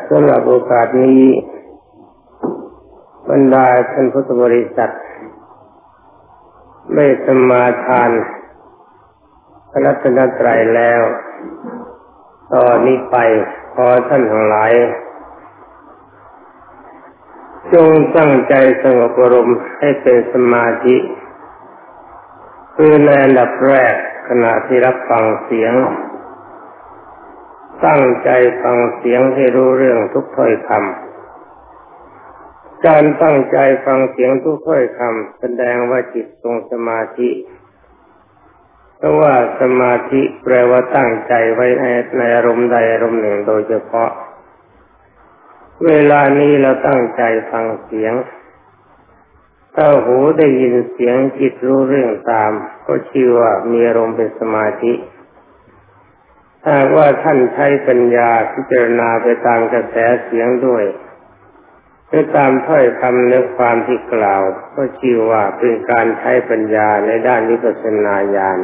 สำหรับโอกาสนี้บรรดาท่านพุทธบริษัทได้สมาทานพระรัตนตรัยแล้วต่อนนี้ไปขอท่านทั้งหลายจงตั้งใจสงบอารมณ์ให้เป็นสมาธิคือในอันดับแรกขณะที่รับฟังเสียงตั้งใจฟังเสียงให้รู้เรื่องทุกถ้อยคำการตั้งใจฟังเสียงทุกถ้อยคำแสดงว่าจิตทรงสมาธิเพราะว่าสมาธิแปลว่าตั้งใจไว้ในอารมณ์ใดอารมณ์หนึ่งโดยเฉพาะเวลานี้เราตั้งใจฟังเสียงถ้าหูได้ยินเสียงจิตรู้เรื่องตามก็ชื่อว่ามีอารมณ์เป็นสมาธิถ้าว่าท่านใช้ปัญญาพิจารณาไปตามกระแสเสียงด้วยหรือตามถ้อยคำเนื้อความที่กล่าวก็ชื่อว่าเป็นการใช้ปัญญาในด้านวิปัสสนาญาณ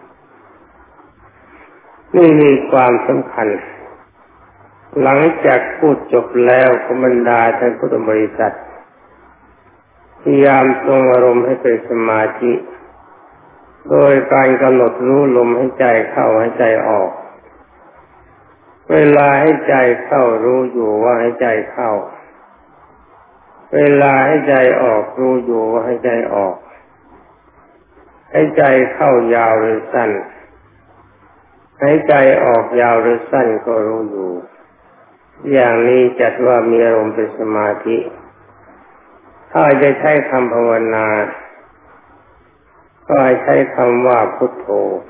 นี่มีความสำคัญหลังจากพูดจบแล้วขบรรดาท่านพุทธบริษัทพยายามทรงอารมณ์ให้เป็นสมาธิโดยการกำหนดรู้ลมให้ใจเข้าให้ใจออกเวลาให้ใจเข้ารู้อยู่ว่าให้ใจเข้าเวลาให้ใจออกรู้อยู่ว่าให้ใจออกให้ใจเข้ายาวหรือสั้นให้ใจออกยาวหรือสั้นก็รู้อยู่อย่างนี้จัดว่ามีอารมณ์เป็นสมาธิถ้าจะใช้คำภาวนาก็ให้ใช้คำว่าพุทโธ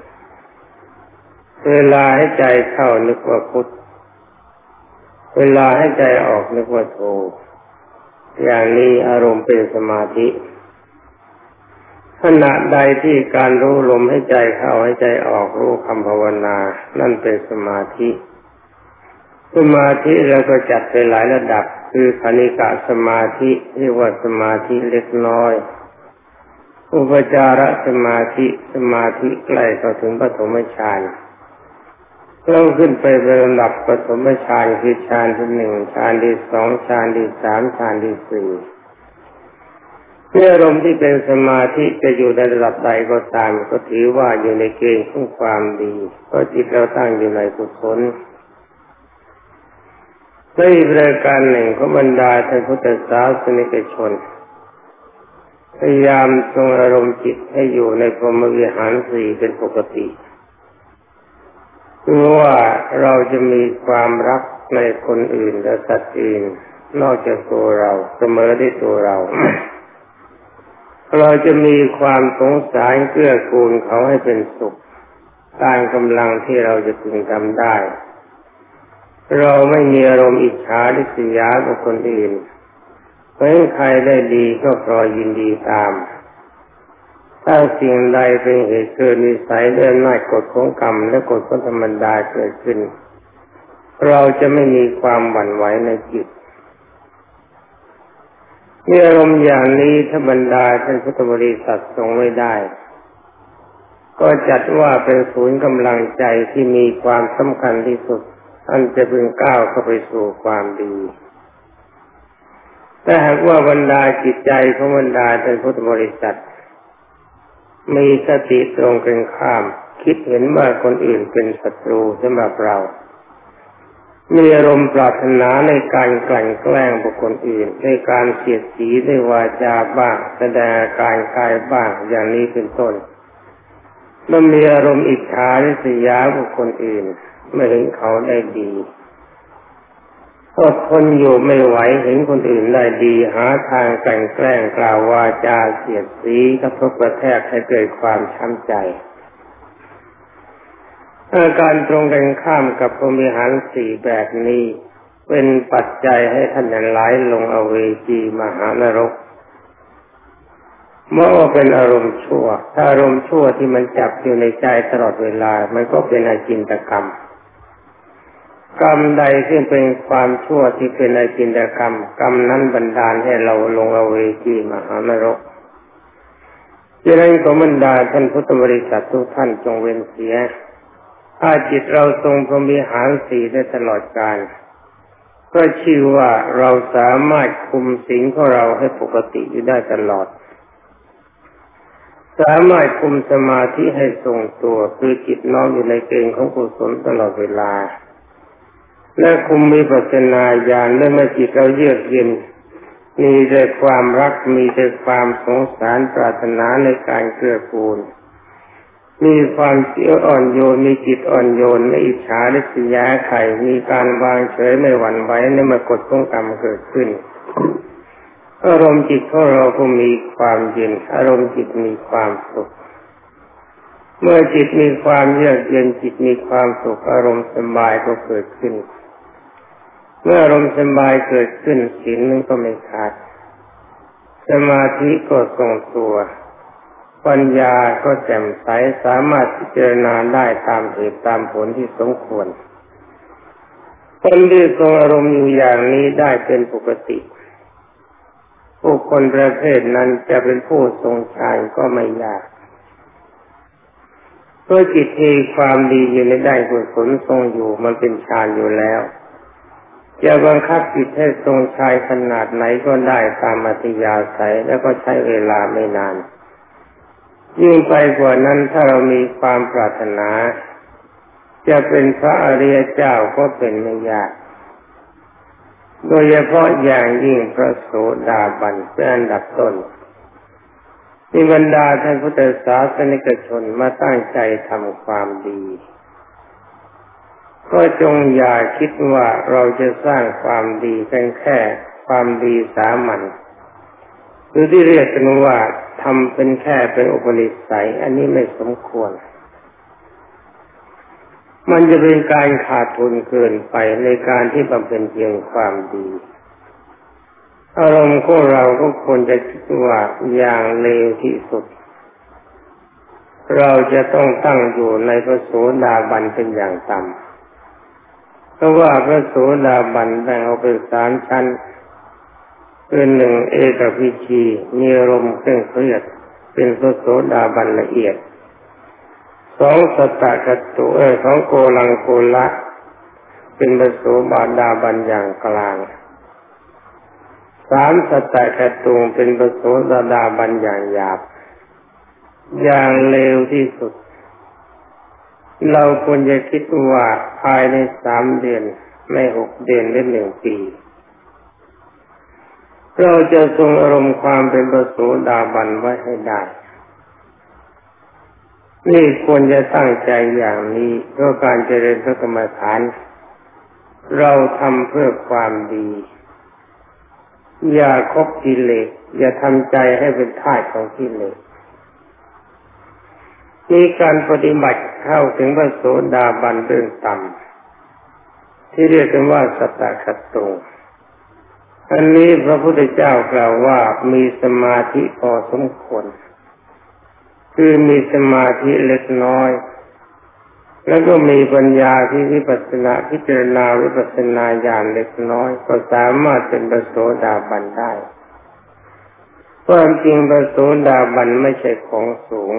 เวลาให้ใจเข้านึกว่าพุทเวลาให้ใจออกนึกว่าโธอย่างนี้อารมณ์เป็นสมาธิขณะใดที่การรู้ลมให้ใจเข้าให้ใจออกรู้คำภาวนานั่นเป็นสมาธิสมาธิเราก็จัดไปหลายระดับคือคณิกะสมาธิเรียกว่าสมาธิเล็กน้อยอุปจารสมาธิสมาธิใกล้เข้าถึงปฐมฌานเริ่มขึ้นไปเป็นลำดับปฐมฌานคือฌานที่หนึ่งฌานที่สองฌานที่สามฌานที่สี่อารมณ์ที่เป็นสมาธิจะอยู่ในระดับใดก็ตามก็ถือว่าอยู่ในเกณฑ์ของความดีเพราะจิตเราตั้งอยู่ในกุศลในรายการหนึ่งของบรรดาท่านพุทธศาสนิกชนพยายามทรงอารมณ์จิตให้อยู่ในพรหมวิหารสี่เป็นปกติคือว่าเราจะมีความรักในคนอื่นและสัตว์อื่นนอกจากตัวเราเสมอได้ตัวเรา เราจะมีความสงสารเกื้อกูลเขาให้เป็นสุขตามกำลังที่เราจะพึงทำได้เราไม่มีอารมณ์อิจฉาริษยากับคนอื่นเมื่อใครได้ดีก็พลอยยินดีตามถ้าสิ่งใดเป็นเหตุเกิดนิสัยเลื่อนหน้ากฎของกรรมและกฎของธรรมดาเกิดขึ้นเราจะไม่มีความหวั่นไหวในจิตมีอารมณ์อย่างนี้ถ้าบรรดาท่านพุทธบริษัททรงไว้ได้ก็จัดว่าเป็นศูนย์กำลังใจที่มีความสำคัญที่สุดอันจะพึงก้าวเข้าไปสู่ความดีแต่หากว่าบรรดาจิตใจของบรรดาท่านพุทธบริษัทมีสติตรงกันข้ามคิดเห็นว่าคนอื่นเป็นศัตรูสำหรับเรามีอารมณ์ปรารถนาในการกลั่นแกล้งบุคคลอื่นในการเสียดสีด้วยวาจาบ้างแสดงอาการกายบ้างอย่างนี้เป็นต้นมันมีอารมณ์อิจฉาริษยาบุคคลอื่นไม่เห็นเขาได้ดีอดทนอยู่ไม่ไหวเห็นคนอื่นได้ดีหาทางกลั่นแกล้งกล่าววาจาเสียดสีกระทบกระแทกให้เกิดความช้ำใจอาการตรงกันข้ามกับพรหมวิหารสี่แบบนี้เป็นปัจจัยให้ท่านไหลลงอเวจีมหานรกเมื่อเป็นอารมณ์ชั่วถ้าอารมณ์ชั่วที่มันจับอยู่ในใจตลอดเวลามันก็เป็นอจินตกรรมกรรมใดซึ่งเป็นความชั่วที่เป็นอจินตกรรมกรรมนั้นบันดาลให้เราลงอเวจีมหานรกดังนั้นขอบรรดาท่านพุทธบริษัททุกท่านจงเว้นเสียถ้าจิตเราทรงพรหมวิหารสี่ได้ตลอดกาลก็ชื่อว่าเราสามารถคุมศีลของเราให้ปกติอยู่ได้ตลอดสามารถคุมสมาธิให้ทรงตัวคือจิตน้อมอยู่ในเกณฑ์ของกุศลตลอดเวลาและคุมวิปัสสนาญาณและเมื่อจิตเราเยือกเย็นมีแต่ความรักมีแต่ความสงสารปรารถนาในการเกื้อกูลมีความเสียอ่อนโยนมีจิตอ่อนโยนไม่อิจฉาริษยาใครมีการวางเฉยไม่หวั่นไหวในเมื่อกฎของกรรมเกิดขึ้นอารมณ์จิตของเราก็มีความเย็นอารมณ์จิตมีความสุขเมื่อจิตมีความเยือกเย็นจิตมีความสุขอารมณ์สบายก็เกิดขึ้นเมื่ออารมณ์สบายเกิดขึ้นศีลนั้นก็ไม่ขาดสมาธิก็ทรงตัวปัญญาก็แจ่มใสสามารถพิจารณาได้ตามเหตุตามผลที่สมควรคนที่ทรงอารมณ์อยู่อย่างนี้ได้เป็นปกติบุคคลประเภทนั้นจะเป็นผู้ทรงฌานก็ไม่ยากเพราะจิตมีความดีอยู่ในด้านกุศลทรงอยู่มันเป็นฌานอยู่แล้วจะบังคับจิตให้ทรงฌานขนาดไหนก็ได้ตามอัธยาศัยแล้วก็ใช้เวลาไม่นานยิ่งไปกว่านั้นถ้าเรามีความปรารถนาจะเป็นพระอริยเจ้าก็เป็นไม่ยากโดยเฉพาะอย่างยิ่งพระโสดาบันเป็นอันดับต้นมีบรรดาท่านพุทธศาสนิกชนมาตั้งใจทำความดีก็จงอย่าคิดว่าเราจะสร้างความดีเพียงแค่ความดีสามัญหรือที่เรียกกันว่าทำเป็นแค่เป็นอุปนิสัยอันนี้ไม่สมควรมันจะเป็นการขาดทุนเกินไปในการที่บำเพ็ญเพียงความดีอารมณ์ของเราก็ควรจะคิดว่าอย่างเลวที่สุดเราจะต้องตั้งอยู่ในพระโสดาบันเป็นอย่างต่ำเพราะว่าพระโสดาบันแบ่งออกเป็น3 ชั้นคือ1เอกวิชีมีอารมณ์เคร่งเครียดเป็นพระโสดาบันละเอียด2สัตตกัตตุของโกลังโกละเป็นพระโสดาบันอย่างกลาง3สัตตกัตตุเป็นพระโสดาบันอย่างหยาบอย่างเลวที่สุดเราควรจะคิดว่าภายใน3 เดือนไม่6 เดือนหรือ1 ปีเราจะทรงอารมณ์ความเป็นพระโสดาบันไว้ให้ได้นี่ควรจะตั้งใจอย่างนี้เพราะการเจริญพระกรรมฐานเราทำเพื่อความดีอย่าคบกิเลสอย่าทำใจให้เป็นทาสของกิเลสมีการปฏิบัติเข้าถึงพระโสดาบันเบื้องต่ำที่เรียกกันว่าสัตตกัตตุอันนี้พระพุทธเจ้ากล่าวว่ามีสมาธิพอสมควรคือมีสมาธิเล็กน้อยแล้วก็มีปัญญาที่วิปัสสนาพิจารณาวิปัสสนาญาณเล็กน้อยก็สามารถเป็นพระโสดาบันได้ความจริงพระโสดาบันไม่ใช่ของสูง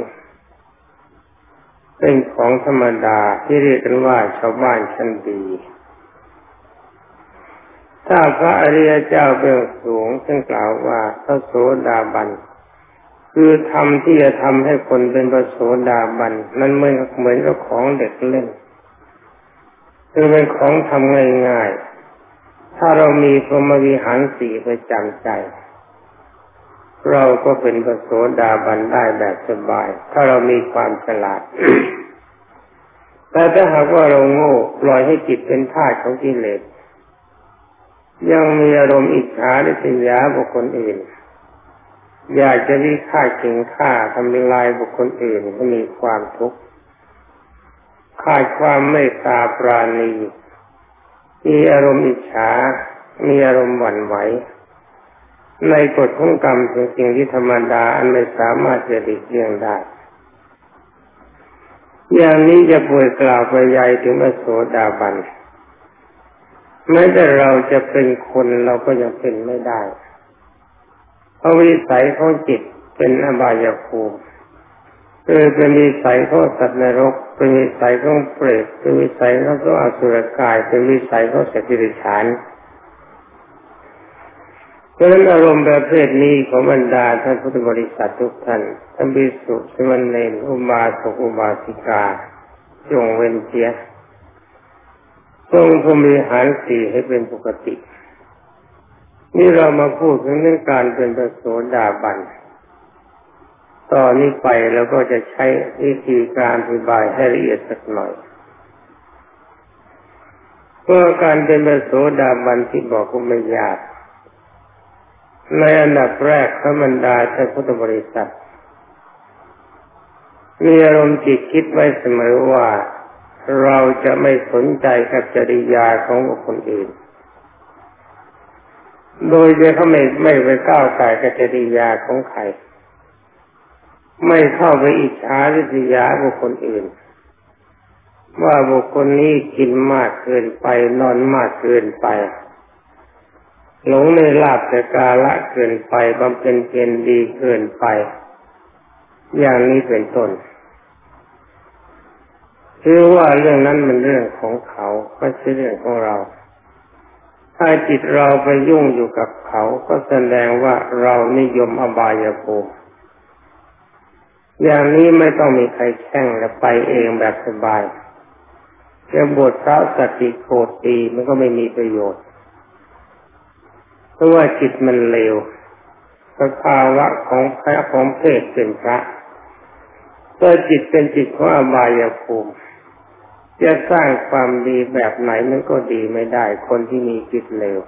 เป็นของธรรมดาที่เรียกกันว่าชาวบ้านชั้นดีถ้าพระอริยเจ้าเบื้องสูงท่านกล่าวว่าพระโสดาบันคือธรรมที่จะทำให้คนเป็นพระโสดาบันนั้นเหมือนกับของเด็กเล่นคือเป็นของทำง่ายๆถ้าเรามีพรหมวิหาร 4ประจำใจเราก็เป็นพระโสดาบันได้แบบสบายถ้าเรามีความฉลาด แต่ถ้าหากว่าเราโง่ปล่อยให้จิตเป็นทาสของกิเลสยังมีอารมณ์อิจฉาริษยาบุคคลอื่นอยากจะวิฆาตเก่งฆ่าทำลายบุคคลอื่นก็มีความทุกข์ขาดความเมตตาปราณีมีอารมณ์อิจฉามีอารมณ์หวั่นไหวในกฎของกรรมเป็นสิ่งที่ธรรมดาอันไม่สามารถจะหลีกเลี่ยงได้อย่างนี้จะป่วยกล่าวไปใหญ่ถึงพระโสดาบันแม้แต่เราจะเป็นคนเราก็ยังเป็นไม่ได้เพราะวิสัยของจิตเป็นอบายภูมิเป็นวิสัยของสัตว์นรกเป็นวิสัยของเปรตเป็นวิสัยของอสุรกายเป็นวิสัยของสัตว์ดิบฉานเพราะฉะนั้นอารมณ์ประเภทนี้ของบรรดาท่านพุทธบริษัททุกท่านทั้งภิกษุสามเณรอุบาสกอุบาสิกาจงเว้นเสียทรงพรหมวิหารสี่ให้เป็นปกตินี่เรามาพูดถึงเรื่องการเป็นพระโสดาบันตอนนี้ไปเราก็จะใช้วิธีการอธิบายให้ละเอียดสักหน่อยเพราะการเป็นพระโสดาบันที่บอกก็ไม่ยากในอันดับแรกพระบรรดาท่านพุทธบริษัทมีอารมณ์จิตคิดไว้เสมอว่าเราจะไม่สนใจกับจริยาของบุคคลอื่นโดยจะเขาไม่ไปก้าวไก่กับจริยาของใครไม่เข้าไปอิจฉาริษยาบุคคลอื่นว่าบุคคลนี้กินมากเกินไปนอนมากเกินไปหลงในลาภแต่กาละเกินไปบำเพ็ญเพียรดีเกินไปอย่างนี้เป็นต้นคือว่าเรื่องนั้นมันเรื่องของเขาไม่ใช่เรื่องของเราถ้าจิตเราไปยุ่งอยู่กับเขาก็แสดงว่าเรานิยมอบายภูมิอย่างนี้ไม่ต้องมีใครแข่งและไปเองแบบสบายจะบทพระสติโกฏตีมันก็ไม่มีประโยชน์เพราะว่าจิตมันเลวสภาวะของพระของเพศเป็นพระถ้าจิตเป็นจิตของอบายภูมิจะสร้างความดีแบบไหนมันก็ดีไม่ได้คนที่มีจิตเลว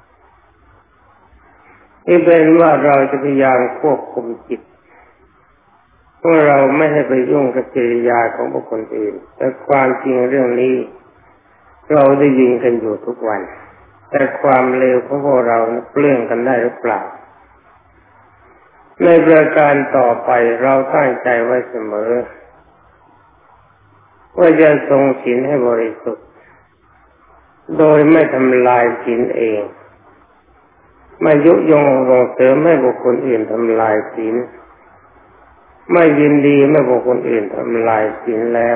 นี่เป็นว่าเราจะพยายามควบคุมจิตเพราะเราไม่ให้ไปยุ่งกับกิริยาของบุคคลอื่นแต่ความจริงเรื่องนี้เราได้ยินกันอยู่ทุกวันแต่ความเลวของพวกเราเปลื้องกันได้หรือเปล่าในประการต่อไปเราตั้งใจไว้เสมอว่าจะทรงศีลให้บริสุทธิ์โดยไม่ทำลายศีลเองไม่ยุยงส่งเสริมให้บุคคลอื่นทำลายศีลไม่ยินดีเมื่อบุคคลอื่นทำลายศีลแล้ว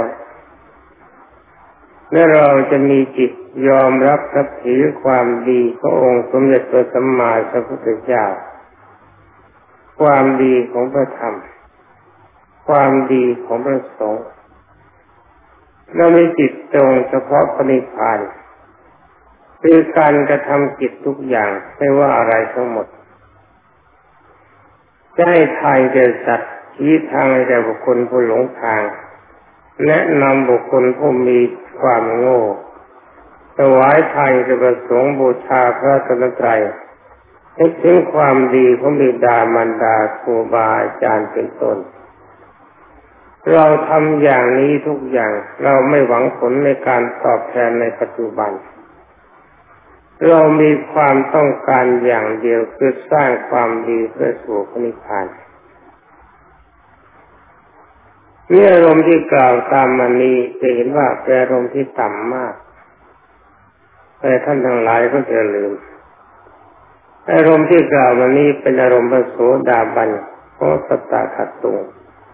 และเราจะมีจิตยอมรับนับถือความดีขององค์สมเด็จพระสัมมาสัมพุทธเจ้าความดีของพระธรรมความดีของพระสงฆ์เรามีจิตตรงเฉพาะพระนิพพานคือการกระทำจิตทุกอย่างไม่ว่าอะไรทั้งหมดจะให้ทานแก่สัตว์ชี้ทางให้แก่บุคคลผู้หลงทางแนะนำบุคคลผู้มีความโง่ถวายทานแก่พระสงฆ์บูชาพระรัตนตรัยนึกถึงความดีของบิดามารดาครูบาอาจารย์เป็นต้นเราทำอย่างนี้ทุกอย่างเราไม่หวังผลในการตอบแทนในปัจจุบันเรามีความต้องการอย่างเดียวคือสร้างความดีเพื่อสู่พระนิพพานนี่อารมณ์ที่กล่าวตามมานี้จะเห็นว่าเป็นอารมณ์ที่ต่ำมากแต่ท่านทั้งหลายก็จะลืมอารมณ์ที่กล่าวมานี้เป็นอารมณ์พระโสดาบันของสัตตคตุง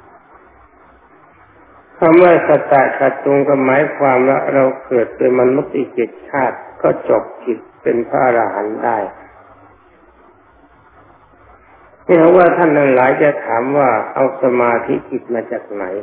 คำว่าสัตตคตุงก็หมายความว่าเราเกิดเป็นมนุษย์อีก7 ชาติก็จบกิจเป็นพระอรหันต์ได้นี่เพราะว่าท่านทั้งหลายจะถามว่าเอาสมาธิจิตมาจากไหน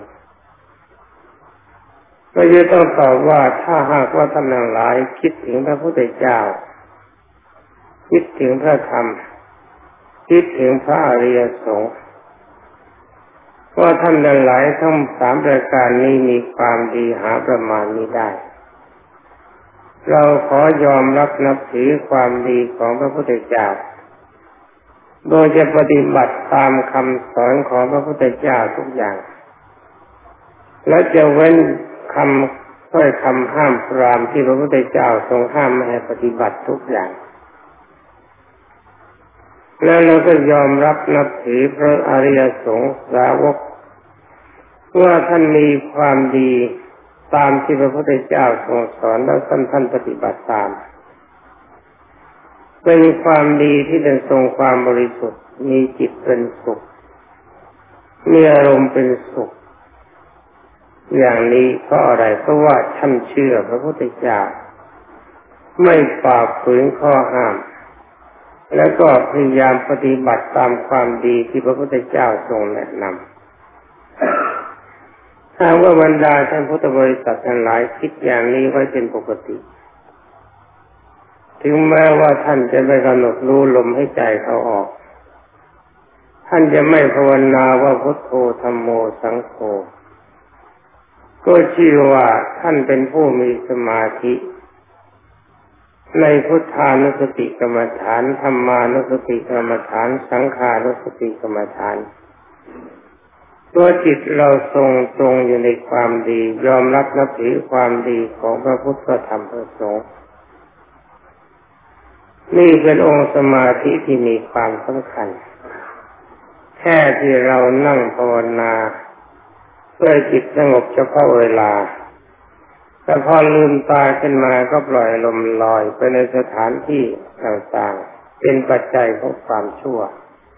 ก็จะต้องตอบว่าถ้าหากว่าท่านทั้งหลายคิดถึงพระพุทธเจ้าคิดถึงพระธรรมคิดถึงพระอริยสงฆ์ว่าท่านทั้งหลายทั้ง3ประการนี้มีความดีหาประมาณไม่ได้เราขอยอมรับนับถือความดีของพระพุทธเจ้าโดยจะปฏิบัติตามคำสอนของพระพุทธเจ้าทุกอย่างและจะเว้นถ้อยคำห้ามปรามที่พระพุทธเจ้าทรงห้ามไม่ให้ปฏิบัติทุกอย่างแล้วเราก็ยอมรับนับถือพระอริยสงฆ์สาวกว่าท่านมีความดีตามที่พระพุทธเจ้าทรงสอนแล้วท่านปฏิบัติตามเป็นความดีที่เป็นทรงความบริสุทธิ์มีจิตเป็นสุขมีอารมณ์เป็นสุขอย่างนี้เพราะอะไรเพราะว่าท่านเชื่อพระพุทธเจ้าไม่ฝ่าฝืนข้อห้ามแล้วก็พยายามปฏิบัติตามความดีที่พระพุทธเจ้าทรงแนะนำถ้าว่าบรรดาท่านพุทธบริษัททั้งหลายคิดอย่างนี้ไว้เป็นปกติถึงแม้ว่าท่านจะไม่กำหนดรู้ลมให้ใจเขาออกท่านจะไม่ภาวนาว่าพุทโธธัมโมสังโฆก็ชื่อว่าท่านเป็นผู้มีสมาธิในพุทธานุสติกรรมฐานธัมมานุสติกรรมฐานสังขานุสติกรรมฐานตัวจิตเราทรงตรงอยู่ในความดียอมรับนับถือความดีของพระพุทธธรรมพระสงฆ์นี่เป็นองค์สมาธิที่มีความสำคัญแค่ที่เรานั่งภาวนาเพื่อจิตสงบเฉพาะเวลาแต่พอลืมตาขึ้นมาก็ปล่อยลมลอยไปในสถานที่ต่างๆเป็นปัจจัยของความชั่ว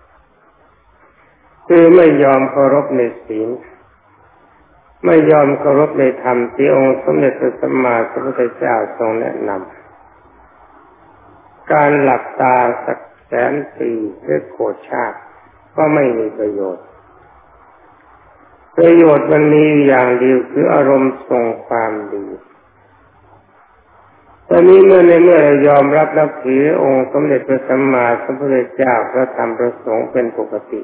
คือไม่ยอมเคารพในศีลไม่ยอมเคารพในธรรมที่องค์สมเด็จพระสัมมาสัมพุทธเจ้าทรงแนะนำการหลับตาสักแสนปีหรือโกรธชาติก็ไม่มีประโยชน์มันมีอย่างเดียวคืออารมณ์ทรงความดีตอนนี้เมื่อเรายอมรับนับถือองค์สมเด็จพระสัมมาสัมพุทธเจ้าพระธรรมพระสงฆ์เป็นปกติ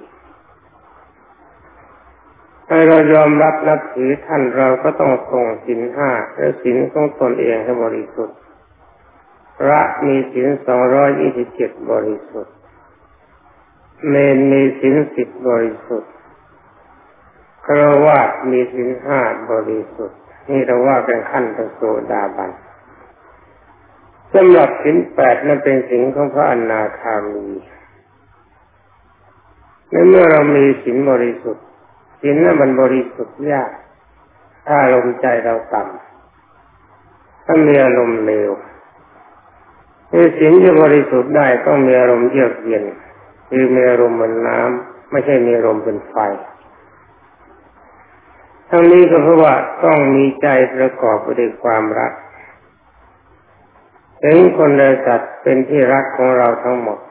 ให้เรายอมรับนับถือท่านเราก็ต้องทรงศีลห้าและศีลของตนเองให้บริสุทธิ์พระมีศีล227บริสุทธิ์เณรมีศีล10บริสุทธิ์ฆราวาสมีศีล5บริสุทธิ์นี่เราว่าเป็นขั้นพระโสดาบันสำหรับศีล8นั้นเป็นศีลของพระอนาคามีเมื่อเรามีศีลบริสุทธิ์ศีลนั้นมันบริสุทธิ์ยากถ้าอารมณ์ใจเราต่ำถ้ามีอารมณ์เลวศีลจะบริสุทธิ์ได้ต้องมีอารมณ์เยือกเย็นคือมีอารมณ์เหมือนน้ำไม่ใช่มีอารมณ์เป็นไฟทั้งนี้ก็เพราะว่าต้องมีใจประกอบไปด้วยความรักถึงคนและสัตว์เป็นที่รักของเราทั้งหมด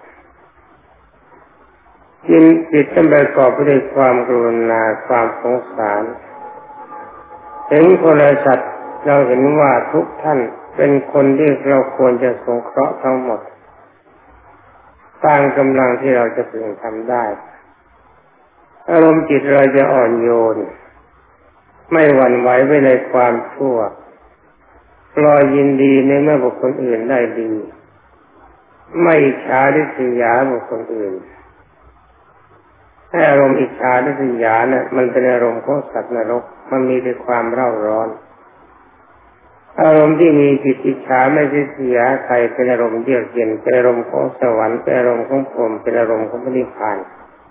จิตต้องประกอบไปด้วยความกรุณาความสงสารถึงคนและสัตว์เราเห็นว่าทุกท่านเป็นคนที่เราควรจะสงเคราะห์ทั้งหมดตามกำลังที่เราจะพึงทำได้อารมณ์จิตเราจะอ่อนโยนไม่หวั่นไหวไปในความชั่วพลอยยินดีในเมื่อบุคคลอื่นได้ดีไม่อิจฉาริษยาบุคคลอื่นถ้าอารมณ์อิจฉาริษยาเนี่ยมันเป็นอารมณ์ของสัตว์นรกมันมีแต่ความเร่าร้อนอารมณ์ที่มีจิตอิจฉาไม่ริษยาใครเป็นอารมณ์เยือกเย็นเป็นอารมณ์ของสวรรค์เป็นอารมณ์ของพรหมเป็นอารมณ์ของพระนิพพาน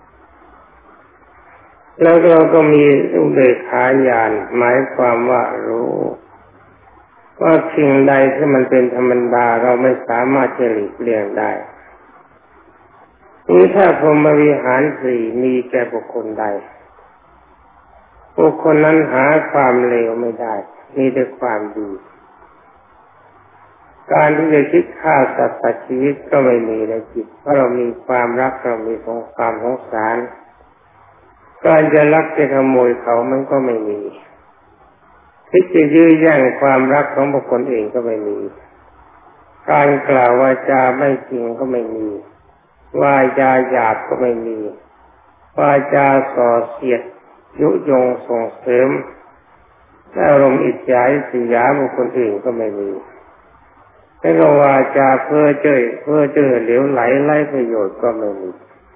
แล้วเราก็มีอุเบกขาญาณหมายความว่ารู้ว่าสิ่งใดที่มันเป็นธรรมดาเราไม่สามารถจะหลีกเลี่ยงได้นี่ถ้าพรหมวิหารสี่มีแก่บุคคลใดบุคคลนั้นหาความเลวไม่ได้มีแต่ความดีการที่จะคิดฆ่าสัตว์ตัดชีวิตก็ไม่มีในจิตเพราะเรามีความรักเรามีความสงสารการจะลักจะขโมยเขามันก็ไม่มีคิดจะยื้อแย่งความรักของบุคคลเองก็ไม่มีการกล่าววาจาไม่จริงก็ไม่มีวาจาหยาบก็ไม่มีวาจาส่อเสียดยุยงส่งเสริมอารมณ์อิจฉาริษยาบุคคลอื่นก็ไม่มีแต่ก็วาจาเพ้อเจ้อเหลวไหลไร้ประโยชน์ก็ไม่มี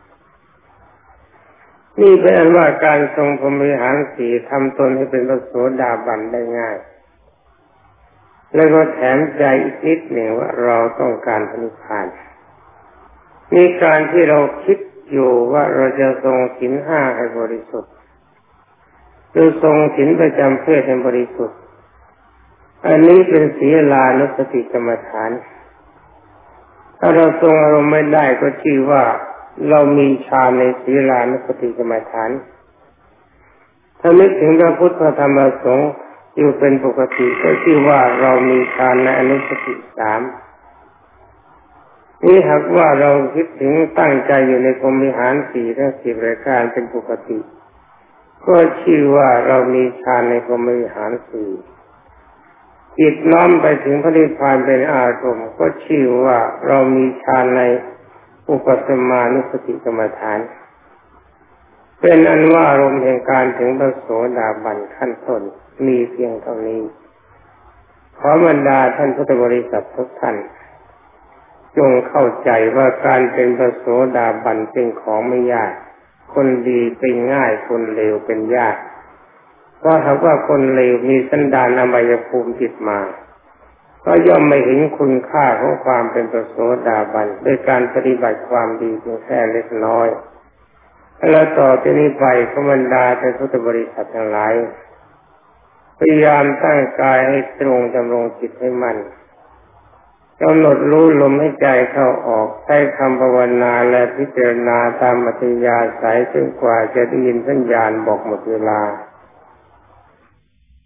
นี่เป็นอันว่าการทรงพรหมวิหารสี่ทำตนให้เป็นพระโสดาบันได้ง่ายแล้วก็แถมใจอีกนิดหนึ่งว่าเราต้องการพระนิพพานนี่การที่เราคิดอยู่ว่าเราจะทรงศีลห้าให้บริสุทธิ์หรือทรงศีลประจำเพศให้บริสุทธิ์อันนี้เป็นศีลานุสติกรรมฐานถ้าเราทรงอารมณ์ไม่ได้ก็ชื่อว่าเรามีฌานในศีลานุสติกรรมฐานถ้านึกถึงพระพุทธธรรมสงฆ์อยู่เป็นปกติก็ชื่อว่าเรามีฌานในอนุสติ3 นี่หากว่าเราคิดถึงตั้งใจอยู่ในพรหมวิหารสี่ทั้ง10รายการเป็นปกติก็ชื่อว่าเรามีฌานในพรหมวิหารสี่จิตน้อมไปถึงพระนิพพานเป็นอารมณ์ก็ชื่อว่าเรามีฌานในอุปสมานุสติกรรมฐานเป็นอันว่าอารมณ์แห่งการถึงพระโสดาบันขั้นต้นมีเพียงเท่านี้ขอบรรดาท่านพุทธบริษัททุกท่านจงเข้าใจว่าการเป็นพระโสดาบันเป็นของไม่ยากคนดีเป็นง่ายคนเลวเป็นยากเพราะถ้าว่าคนเลวมีสันดานอบายภูมิจิตมาก็ย่อมไม่เห็นคุณค่าของความเป็นพระโสดาบันด้วยการปฏิบัติความดีเพียงแค่เล็กน้อยแล้วต่อจากนี้ไปขบรรดาท่านพุทธบริษัททั้งหลายพยายามตั้งกายให้ตรงดำรงจิตให้มั่นกำหนดรู้ลมให้ใจเข้าออกใช้คำภาวนาและพิจารณาตามอัธยาศัยจนกว่าจะได้ยินสัญญาณบอกหมดเวลา